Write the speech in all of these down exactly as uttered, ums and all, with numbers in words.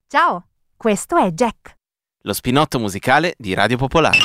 Ciao, questo è Jack, lo spinotto musicale di Radio Popolare.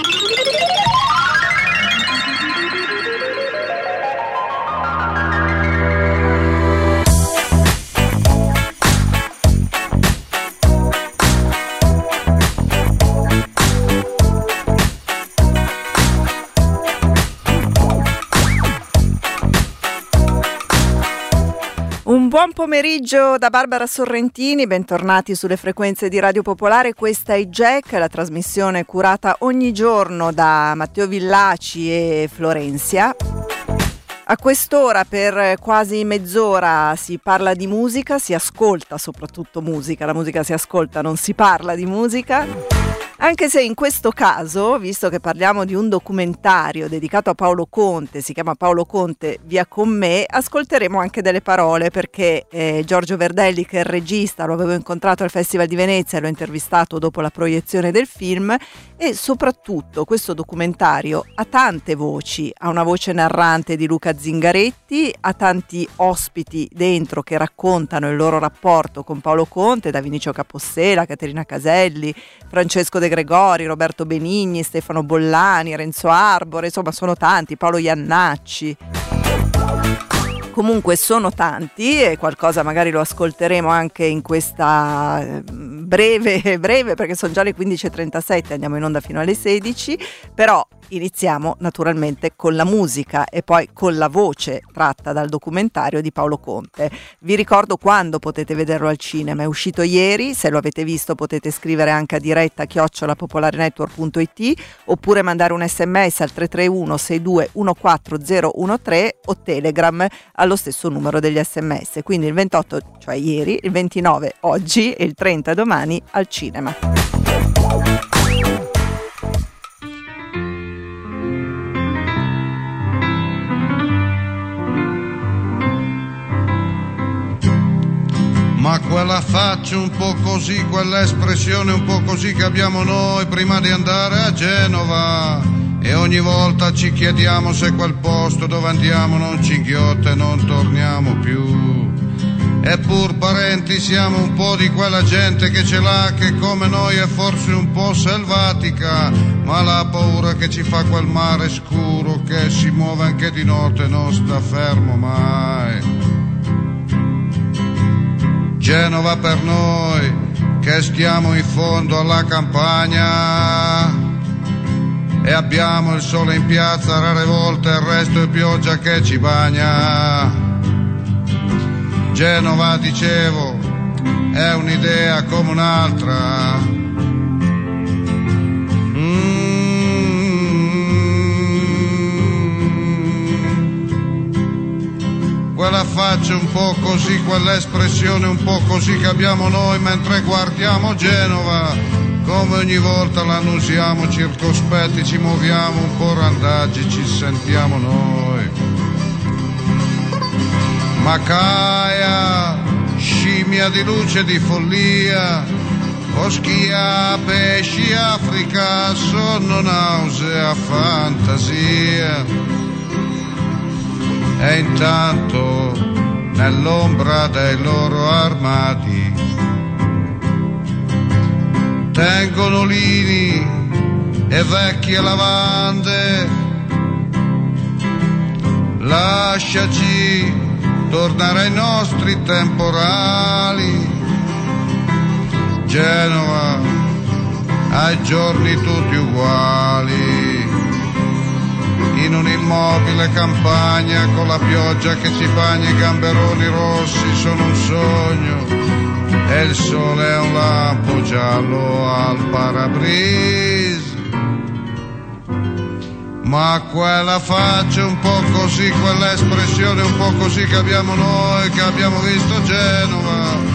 Un buon pomeriggio da Barbara Sorrentini, bentornati sulle frequenze di Radio Popolare. Questa è Jack, la trasmissione curata ogni giorno da Matteo Villaci e Florenzia. A quest'ora per quasi mezz'ora si parla di musica, si ascolta soprattutto musica, la musica si ascolta, non si parla di musica. Anche se in questo caso, visto che parliamo di un documentario dedicato a Paolo Conte, si chiama Paolo Conte Via con me, ascolteremo anche delle parole perché eh, Giorgio Verdelli, che è il regista, lo avevo incontrato al Festival di Venezia e l'ho intervistato dopo la proiezione del film, e soprattutto questo documentario ha tante voci, ha una voce narrante di Luca Zingaretti, ha tanti ospiti dentro che raccontano il loro rapporto con Paolo Conte, da Vinicio Capossela, Caterina Caselli, Francesco De Gregori, Roberto Benigni, Stefano Bollani, Renzo Arbore, insomma sono tanti, Paolo Iannacci. Comunque sono tanti e qualcosa magari lo ascolteremo anche in questa breve, breve perché sono già le quindici e trentasette, andiamo in onda fino alle sedici, però iniziamo naturalmente con la musica e poi con la voce tratta dal documentario di Paolo Conte. Vi ricordo quando potete vederlo al cinema, è uscito ieri, se lo avete visto potete scrivere anche a diretta chiocciola popolarenetwork punto it oppure mandare un sms al tre tre uno sei due uno quattro zero uno tre o Telegram allo stesso numero degli sms, quindi il ventotto, cioè ieri, il ventinove oggi e il trenta domani al cinema. Ma quella faccia un po' così, quell'espressione un po' così che abbiamo noi prima di andare a Genova, e ogni volta ci chiediamo se quel posto dove andiamo non ci inghiotta e non torniamo più. Eppur parenti siamo un po' di quella gente che ce l'ha, che come noi è forse un po' selvatica, ma la paura che ci fa quel mare scuro che si muove anche di notte e non sta fermo mai. Genova per noi che stiamo in fondo alla campagna e abbiamo il sole in piazza rare volte, il resto è pioggia che ci bagna. Genova, dicevo, è un'idea come un'altra. Mm. Quella faccia un po' così, quell'espressione un po' così che abbiamo noi mentre guardiamo Genova. Come ogni volta l'annusiamo circospetti, ci muoviamo un po' randaggi, ci sentiamo noi. Macaia, scimmia di luce, di follia, foschia, pesci, Africa, sonno, nausea, fantasia. E intanto nell'ombra dei loro armadi tengono lini e vecchie lavande. Lasciaci tornare ai nostri temporali. Genova, ai giorni tutti uguali, in un'immobile campagna con la pioggia che ci bagna, i gamberoni rossi sono un sogno e il sole è un lampo giallo al parabrisa. Ma quella faccia un po' così, quell'espressione un po' così che abbiamo noi, che abbiamo visto Genova.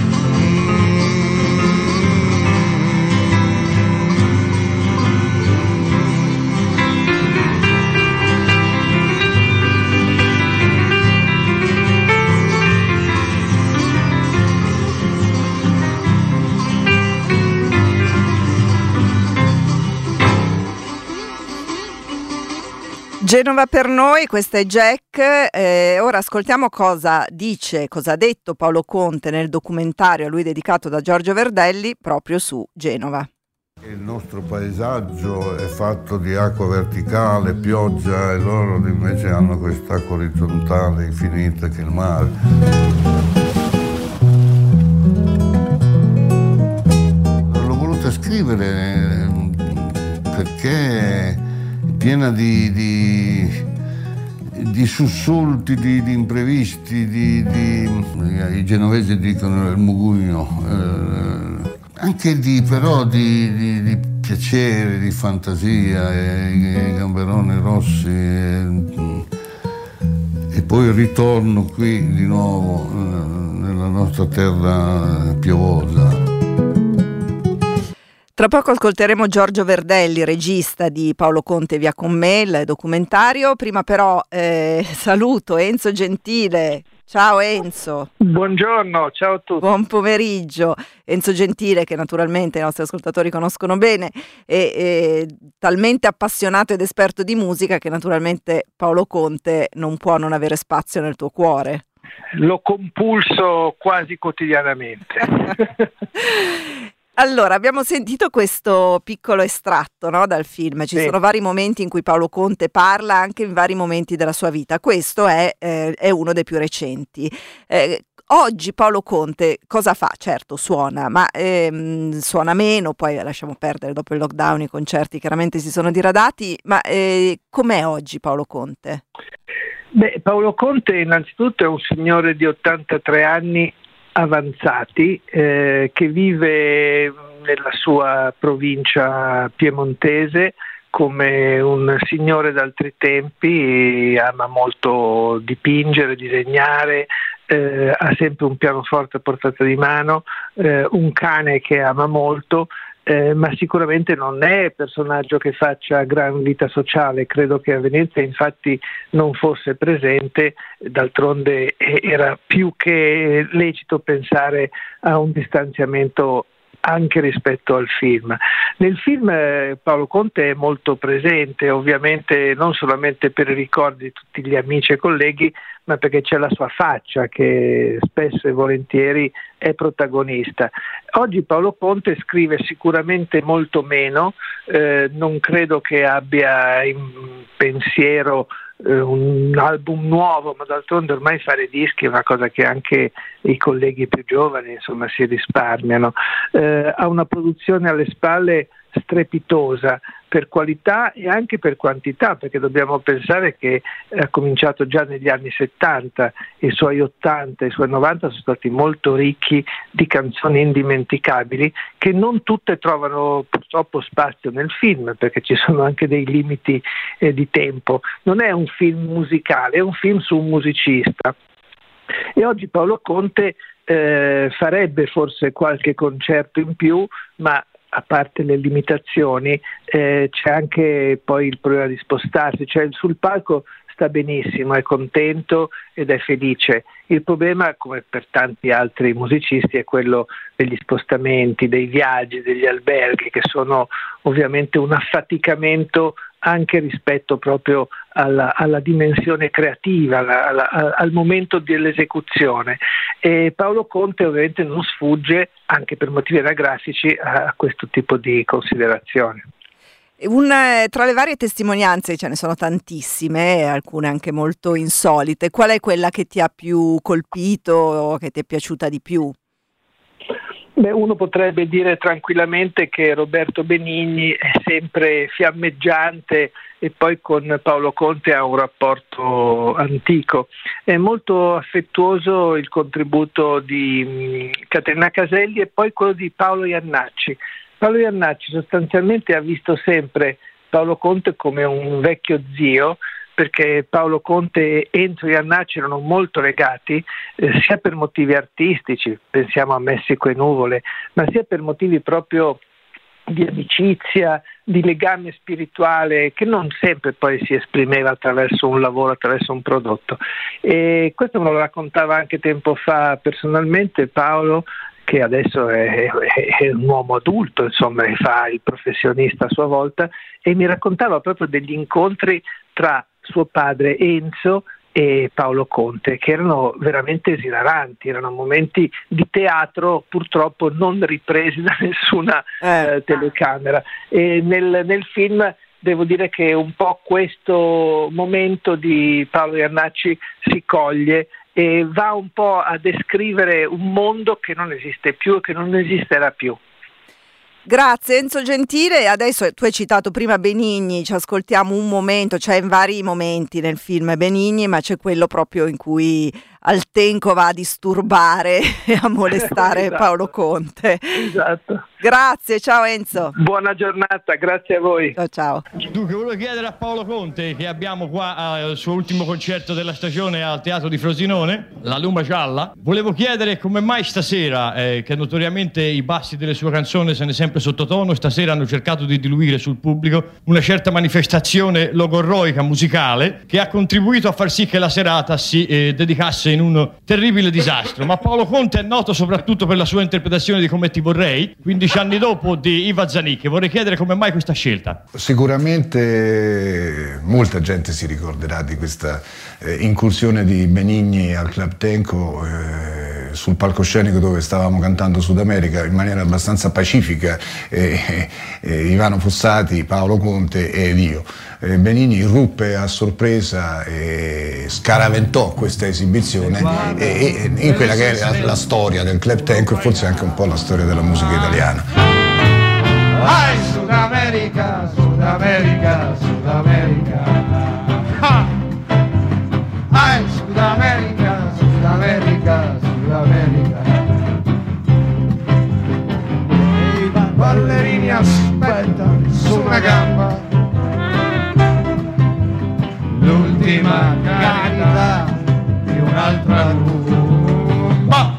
Genova per noi, questo è Jack. Eh, ora ascoltiamo cosa dice, cosa ha detto Paolo Conte nel documentario a lui dedicato da Giorgio Verdelli proprio su Genova. Il nostro paesaggio è fatto di acqua verticale, pioggia, e loro invece hanno quest'acqua orizzontale infinita che è il mare. L'ho voluta scrivere perché è piena di, di, di sussulti, di, di imprevisti, di, di, i genovesi dicono il mugugno, eh, anche di, però di, di, di piacere, di fantasia, e, i gamberoni rossi, e, e poi il ritorno qui di nuovo eh, nella nostra terra piovosa. Tra poco ascolteremo Giorgio Verdelli, regista di Paolo Conte Via con me, il documentario. Prima però eh, saluto Enzo Gentile. Ciao Enzo. Buongiorno, ciao a tutti. Buon pomeriggio. Enzo Gentile, che naturalmente i nostri ascoltatori conoscono bene, è, è talmente appassionato ed esperto di musica che naturalmente Paolo Conte non può non avere spazio nel tuo cuore. Lo compulso quasi quotidianamente. Allora, abbiamo sentito questo piccolo estratto, no, dal film. Ci sì. sono vari momenti in cui Paolo Conte parla, anche in vari momenti della sua vita. Questo è, eh, è uno dei più recenti. Eh, oggi Paolo Conte cosa fa? Certo, suona, ma ehm, suona meno, poi lasciamo perdere, dopo il lockdown i concerti chiaramente si sono diradati, ma eh, com'è oggi Paolo Conte? Beh, Paolo Conte innanzitutto è un signore di ottantatré anni avanzati, eh, che vive nella sua provincia piemontese come un signore d'altri tempi, ama molto dipingere, disegnare, eh, ha sempre un pianoforte a portata di mano, eh, un cane che ama molto. Eh, ma sicuramente non è personaggio che faccia gran vita sociale. Credo che a Venezia infatti non fosse presente, d'altronde era più che lecito pensare a un distanziamento anche rispetto al film. Nel film eh, Paolo Conte è molto presente, ovviamente non solamente per i ricordi di tutti gli amici e colleghi, ma perché c'è la sua faccia che spesso e volentieri è protagonista. Oggi Paolo Conte scrive sicuramente molto meno, eh, non credo che abbia in pensiero eh, un album nuovo, ma d'altronde ormai fare dischi è una cosa che anche i colleghi più giovani insomma si risparmiano. Eh, ha una produzione alle spalle strepitosa per qualità e anche per quantità, perché dobbiamo pensare che ha cominciato già negli anni settanta, i suoi ottanta, i suoi novanta sono stati molto ricchi di canzoni indimenticabili che non tutte trovano purtroppo spazio nel film, perché ci sono anche dei limiti eh, di tempo. Non è un film musicale, è un film su un musicista. E oggi Paolo Conte eh, farebbe forse qualche concerto in più, ma a parte le limitazioni eh, c'è anche poi il problema di spostarsi, cioè sul palco sta benissimo, è contento ed è felice. Il problema, come per tanti altri musicisti, è quello degli spostamenti, dei viaggi, degli alberghi, che sono ovviamente un affaticamento anche rispetto proprio alla, alla dimensione creativa, alla, alla, al momento dell'esecuzione. E Paolo Conte ovviamente non sfugge, anche per motivi anagrafici, a questo tipo di considerazioni. Un, tra le varie testimonianze, ce ne sono tantissime, alcune anche molto insolite. Qual è quella che ti ha più colpito o che ti è piaciuta di più? Beh, uno potrebbe dire tranquillamente che Roberto Benigni è sempre fiammeggiante e poi con Paolo Conte ha un rapporto antico. È molto affettuoso il contributo di Caterina Caselli e poi quello di Paolo Iannacci. Paolo Iannacci sostanzialmente ha visto sempre Paolo Conte come un vecchio zio, perché Paolo Conte e Enzo Iannacci erano molto legati, eh, sia per motivi artistici, pensiamo a Messico e Nuvole, ma sia per motivi proprio di amicizia, di legame spirituale che non sempre poi si esprimeva attraverso un lavoro, attraverso un prodotto. E questo me lo raccontava anche tempo fa personalmente Paolo, che adesso è, è un uomo adulto, insomma, e fa il professionista a sua volta, e mi raccontava proprio degli incontri tra suo padre Enzo e Paolo Conte, che erano veramente esilaranti, erano momenti di teatro purtroppo non ripresi da nessuna eh. Eh, telecamera. E nel, nel film devo dire che un po' questo momento di Paolo Jannacci si coglie e va un po' a descrivere un mondo che non esiste più e che non esisterà più. Grazie Enzo Gentile. Adesso tu hai citato prima Benigni, ci ascoltiamo un momento, cioè in vari momenti nel film Benigni, ma c'è quello proprio in cui Altenco va a disturbare e a molestare esatto. Paolo Conte. Esatto. Grazie, ciao Enzo. Buona giornata, grazie a voi. Ciao, ciao. Dunque, volevo chiedere a Paolo Conte, che abbiamo qua al suo ultimo concerto della stagione al Teatro di Frosinone, La Luma Gialla, volevo chiedere come mai stasera, eh, che notoriamente i bassi delle sue canzoni sono sempre sottotono, stasera hanno cercato di diluire sul pubblico una certa manifestazione logorroica musicale che ha contribuito a far sì che la serata si eh, dedicasse in un terribile disastro. Ma Paolo Conte è noto soprattutto per la sua interpretazione di Come ti vorrei, quindici anni dopo, di Iva Zanicchi. Vorrei chiedere come mai questa scelta. Sicuramente molta gente si ricorderà di questa eh, incursione di Benigni al Club Tenco eh, sul palcoscenico dove stavamo cantando Sud America in maniera abbastanza pacifica, eh, eh, Ivano Fossati, Paolo Conte ed io. Eh, Benigni irruppe a sorpresa e scaraventò questa esibizione e, e in quella che è la, la storia del Club Tenco e forse anche un po' la storia della musica italiana. Ai Sud America, Sud America, Sud America. Ha! Ai Sud America, Sud America, Sud America. E i ballerini aspettano su una gamba l'ultima carità di un'altra rumba.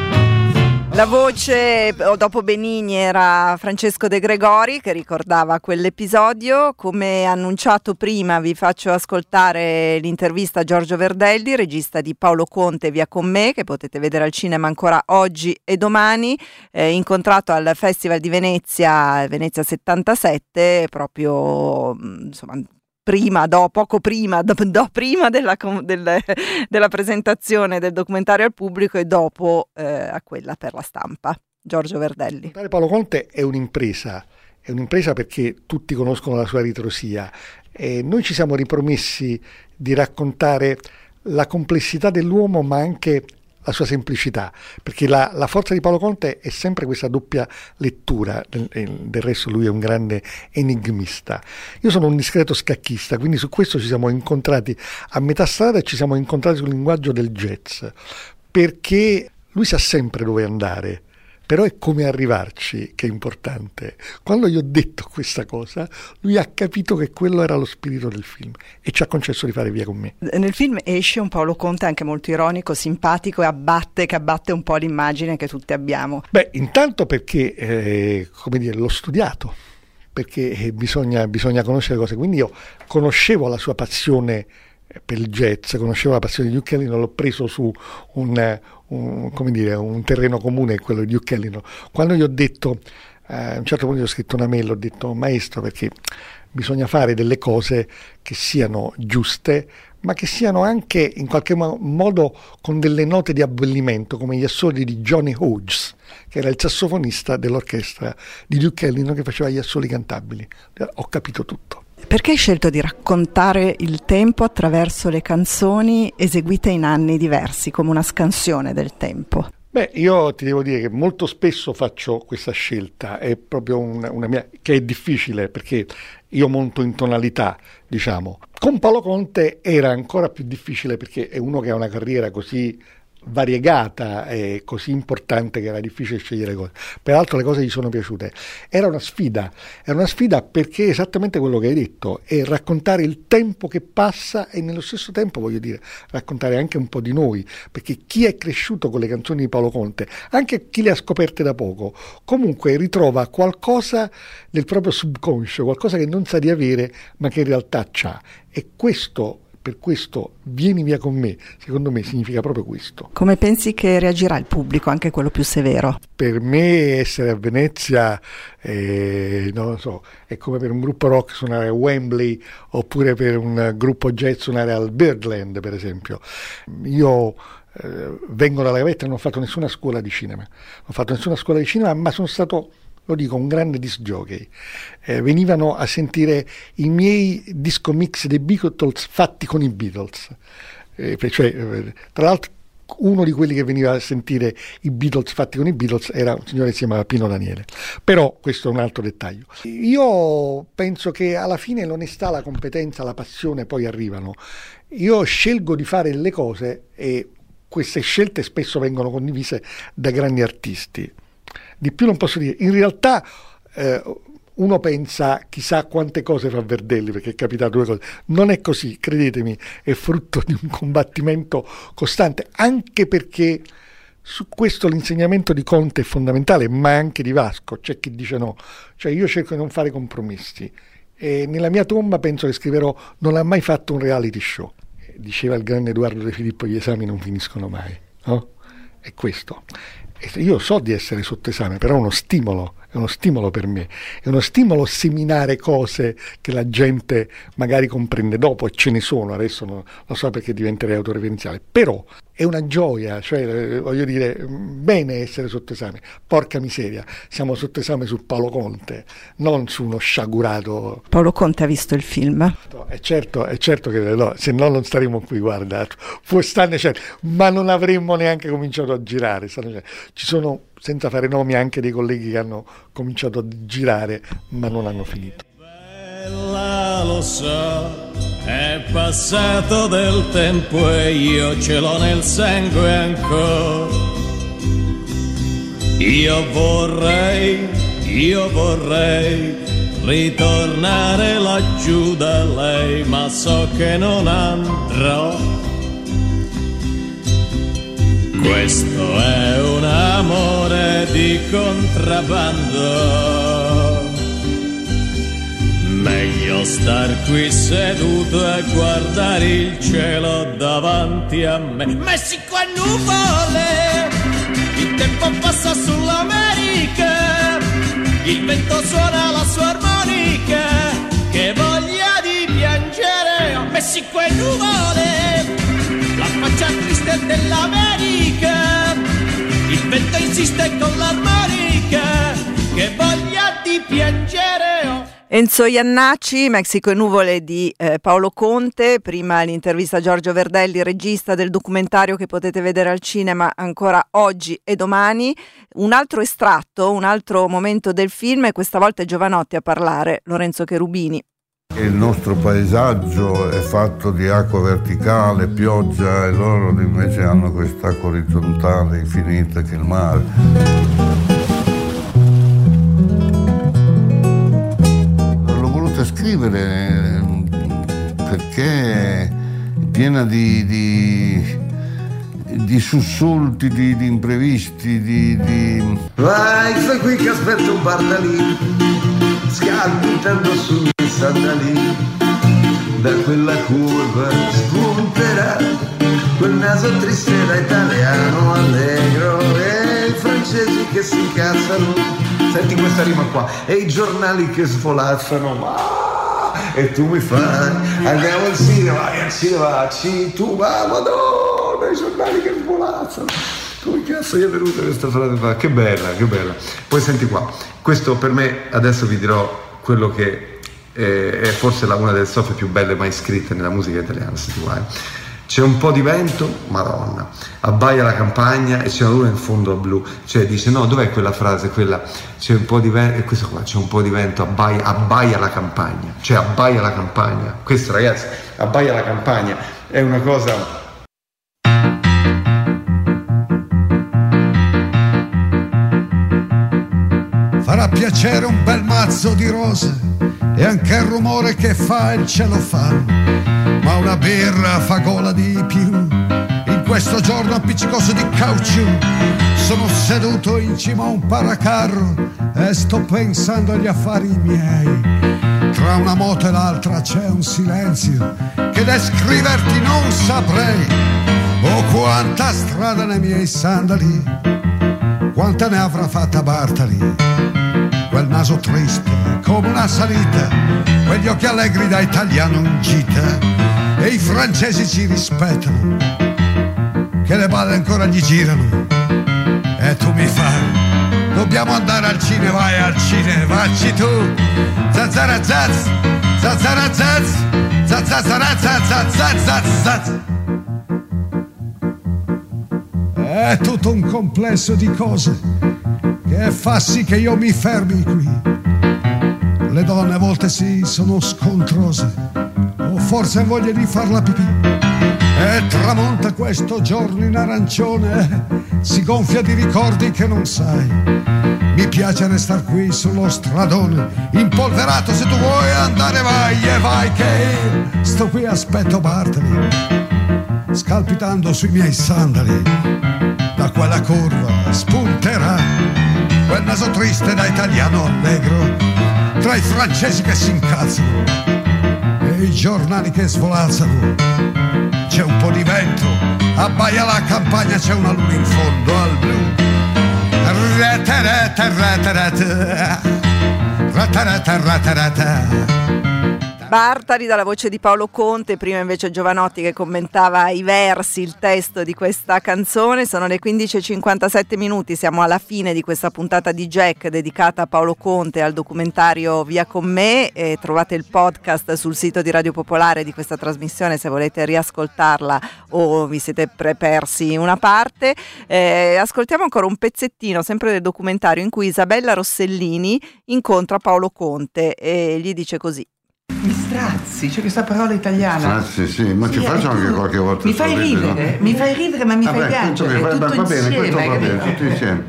La voce dopo Benigni era Francesco De Gregori, che ricordava quell'episodio. Come annunciato prima vi faccio ascoltare l'intervista a Giorgio Verdelli, regista di Paolo Conte Via con me, che potete vedere al cinema ancora oggi e domani, eh, incontrato al Festival di Venezia, Venezia settantasette, proprio insomma prima, do, poco prima, do, do, prima della, del, della presentazione del documentario al pubblico e dopo eh, a quella per la stampa. Giorgio Verdelli. Paolo Conte è un'impresa, è un'impresa perché tutti conoscono la sua ritrosia e noi ci siamo ripromessi di raccontare la complessità dell'uomo ma anche la sua semplicità, perché la, la forza di Paolo Conte è sempre questa doppia lettura, del, del resto lui è un grande enigmista. Io sono un discreto scacchista, quindi su questo ci siamo incontrati a metà strada e ci siamo incontrati sul linguaggio del jazz, perché lui sa sempre dove andare, però è come arrivarci che è importante. Quando gli ho detto questa cosa, lui ha capito che quello era lo spirito del film e ci ha concesso di fare Via con me. Nel film esce un Paolo Conte anche molto ironico, simpatico e abbatte, che abbatte un po' l'immagine che tutti abbiamo. Beh, intanto perché, eh, come dire, l'ho studiato, perché bisogna, bisogna conoscere le cose. Quindi io conoscevo la sua passione per il jazz, conoscevo la passione di Duke Ellington, l'ho preso su un, un, come dire, un terreno comune, quello di Duke Ellington. Quando gli ho detto, eh, a un certo punto gli ho scritto una mail, ho detto maestro, perché bisogna fare delle cose che siano giuste, ma che siano anche in qualche modo con delle note di abbellimento, come gli assoli di Johnny Hodges, che era il sassofonista dell'orchestra di Duke Ellington che faceva gli assoli cantabili. Ho capito tutto. Perché hai scelto di raccontare il tempo attraverso le canzoni eseguite in anni diversi, come una scansione del tempo? Beh, io ti devo dire che molto spesso faccio questa scelta, è proprio una, una mia, che è difficile perché io monto in tonalità, diciamo. Con Paolo Conte era ancora più difficile perché è uno che ha una carriera così variegata e così importante che era difficile scegliere cose. Peraltro le cose gli sono piaciute. Era una sfida, era una sfida perché esattamente quello che hai detto, è raccontare il tempo che passa e nello stesso tempo, voglio dire, raccontare anche un po' di noi, perché chi è cresciuto con le canzoni di Paolo Conte, anche chi le ha scoperte da poco, comunque ritrova qualcosa del proprio subconscio, qualcosa che non sa di avere ma che in realtà c'ha. E questo Per questo vieni via con me, secondo me significa proprio questo. Come pensi che reagirà il pubblico, anche quello più severo? Per me essere a Venezia eh, non lo so, è come per un gruppo rock suonare a Wembley oppure per un gruppo jazz suonare al Birdland, per esempio. Io eh, vengo dalla gavetta e non ho fatto nessuna scuola di cinema, non ho fatto nessuna scuola di cinema, ma sono stato, lo dico, un grande disc jockey. Eh, venivano a sentire i miei disco mix dei Beatles fatti con i Beatles. Eh, cioè, eh, tra l'altro uno di quelli che veniva a sentire i Beatles fatti con i Beatles era un signore che si chiamava Pino Daniele. Però questo è un altro dettaglio. Io penso che alla fine l'onestà, la competenza, la passione poi arrivano. Io scelgo di fare le cose e queste scelte spesso vengono condivise da grandi artisti. Di più non posso dire. In realtà eh, uno pensa chissà quante cose fa Verdelli perché è capitato due cose. Non è così, credetemi, è frutto di un combattimento costante, anche perché su questo l'insegnamento di Conte è fondamentale, ma anche di Vasco. C'è chi dice no. Cioè io cerco di non fare compromessi. E nella mia tomba penso che scriverò non ha mai fatto un reality show. Diceva il grande Edoardo De Filippo, gli esami non finiscono mai, no? È questo. Io so di essere sotto esame, però è uno stimolo, è uno stimolo per me, è uno stimolo seminare cose che la gente magari comprende dopo, e ce ne sono, adesso non lo so perché diventerei autoreferenziale, però è una gioia, cioè voglio dire, bene essere sotto esame, porca miseria, siamo sotto esame su Paolo Conte, non su uno sciagurato. Paolo Conte ha visto il film? È certo, è certo che no, se no non staremo qui, guarda, può starne certo, ma non avremmo neanche cominciato a girare, certo. Ci sono, senza fare nomi, anche dei colleghi che hanno cominciato a girare ma non hanno finito. Bella, lo so, è passato del tempo e io ce l'ho nel sangue ancora. Io vorrei, io vorrei ritornare laggiù da lei, ma so che non andrò. Questo è un amore di contrabbando. Meglio star qui seduto e guardare il cielo davanti a me. Messico a nuvole, il tempo passa sull'America, il vento suona la sua armonica, che voglia di piangere. Messico a nuvole, la faccia triste dell'America, il vento insiste con l'armonica, che voglia di piangere. Enzo Iannacci, Messico e nuvole di eh, Paolo Conte, prima l'intervista a Giorgio Verdelli, regista del documentario che potete vedere al cinema ancora oggi e domani. Un altro estratto, un altro momento del film, e questa volta è Jovanotti a parlare, Lorenzo Cherubini. Il nostro paesaggio è fatto di acqua verticale, pioggia, e loro invece hanno quest'acqua orizzontale infinita che è il mare. Scrivere perché è piena di, di, di sussulti, di, di imprevisti, di, di... Vai, stai qui che aspetto un bar da lì, scalpitando sui miei sandali, da quella curva spunterà quel naso triste da italiano allegro e i francesi che si incazzano, senti questa rima qua, e i giornali che svolazzano, ma e tu mi fai, andiamo al cinema, vai al cinema, ci, tu, ma madonna, i giornali che svolazzano, come cazzo gli è venuta questa frase qua? Che bella, che bella. Poi senti qua, questo per me, adesso vi dirò quello che eh, è forse la, una delle strofe più belle mai scritte nella musica italiana, senti qua, eh. C'è un po' di vento, madonna, abbaia la campagna e c'è una luna in fondo a blu. Cioè dice, no, dov'è quella frase, quella, c'è un po' di vento, e questo qua, c'è un po' di vento, abbaia, abbaia la campagna. Cioè abbaia la campagna. Questo, ragazzi, abbaia la campagna, è una cosa... Farà piacere un bel mazzo di rose e anche il rumore che fa il cellophane, ma una birra fa gola di più in questo giorno appiccicoso di caucciù. Sono seduto in cima a un paracarro e sto pensando agli affari miei. Tra una moto e l'altra c'è un silenzio che che descriverti non saprei. Oh, quanta strada nei miei sandali, quanta ne avrà fatta Bartali. Quel naso triste come una salita, quegli occhi allegri da italiano in gita, e i francesi ci rispettano, che le balle ancora gli girano. E tu mi fai, dobbiamo andare al cinema, vai al cinema, vacci tu. Zazzara zazz, zazzara zazz, zazzara zazz, zazzara zazz. È tutto un complesso di cose che fa sì che io mi fermi qui. Le donne a volte sì sono scontrose, o forse voglia di farla pipì. E tramonta questo giorno in arancione, si gonfia di ricordi che non sai. Mi piace restar qui sullo stradone, impolverato, se tu vuoi andare vai e vai, che io sto qui aspetto Bartali, scalpitando sui miei sandali. Da quella curva spunterà quel naso triste da italiano allegro, tra i francesi che si incazzano e i giornali che svolazzano. C'è un po' di vento, abbaia la campagna, c'è una luna in fondo al blu. Rata rata rata rata, rata rata rata rata. Bartali dalla voce di Paolo Conte, prima invece Giovanotti che commentava i versi, il testo di questa canzone. Sono le quindici e cinquantasette minuti, siamo alla fine di questa puntata di Jack dedicata a Paolo Conte e al documentario Via con me. E trovate il podcast sul sito di Radio Popolare di questa trasmissione se volete riascoltarla o vi siete persi una parte. Eh, ascoltiamo ancora un pezzettino sempre del documentario in cui Isabella Rossellini incontra Paolo Conte e gli dice così: mi strazzi, c'è questa parola italiana. Strazzi, sì, ma sì, ci faccio anche tu, qualche volta. Mi fai ridere, no? mi fai ridere, ma mi ah, fai piangere. È tutto va bene, questo va capito? bene, tutto insieme.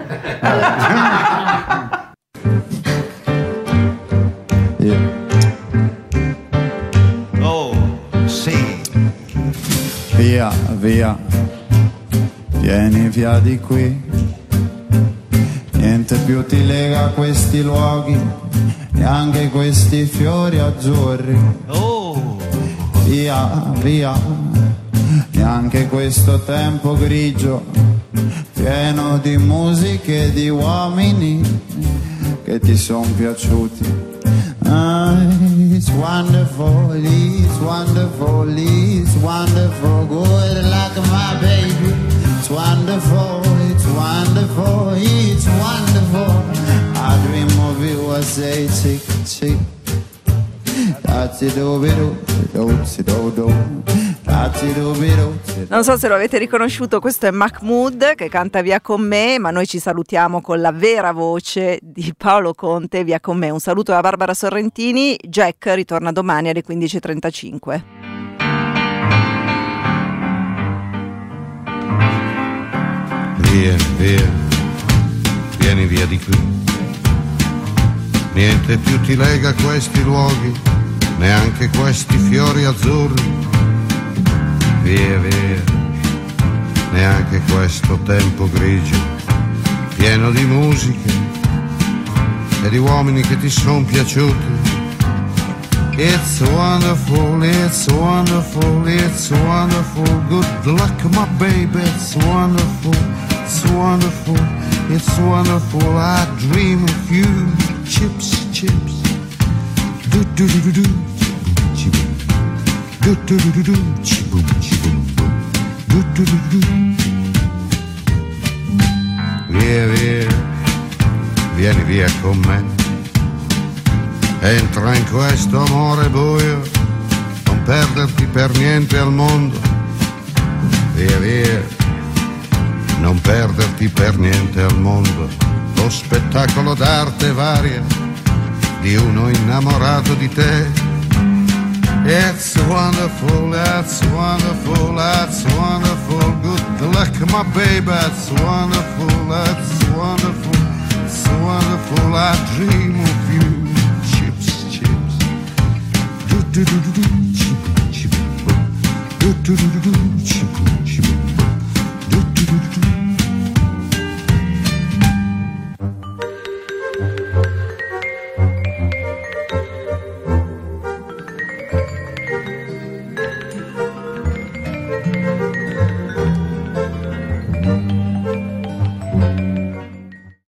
yeah. Oh, sì. Via, via, vieni via di qui. Niente più ti lega a questi luoghi, neanche questi fiori azzurri. Oh. Via, via, neanche questo tempo grigio, pieno di musiche e di uomini che ti son piaciuti. Ah, it's wonderful, it's wonderful, it's wonderful, good like my baby. It's wonderful, it's wonderful, it's wonderful. I dream of you as a chick, chick. Non so se lo avete riconosciuto, questo è Mahmood che canta Via con me, ma noi ci salutiamo con la vera voce di Paolo Conte, Via con me. Un saluto da Barbara Sorrentini. Jack ritorna domani alle quindici e trentacinque. Via, via, vieni via di qui. Niente più ti lega a questi luoghi, neanche questi fiori azzurri. Via, via, neanche questo tempo grigio, pieno di musiche e di uomini che ti son piaciuti. It's wonderful, it's wonderful, it's wonderful, good luck my baby, it's wonderful, it's wonderful, it's wonderful, I dream of you, chips, chips, do do do do do, chibum, do do do do do, chibum, chibum, do do do do. Via, via, vieni via con me. Entra in questo amore buio, non perderti per niente al mondo. Via, via, non perderti per niente al mondo. Lo spettacolo d'arte varia di uno innamorato di te. It's wonderful, it's wonderful, it's wonderful, good luck my baby, it's wonderful, it's wonderful, it's wonderful, I dream of you. Do do do do do, chip chip, do do do do do.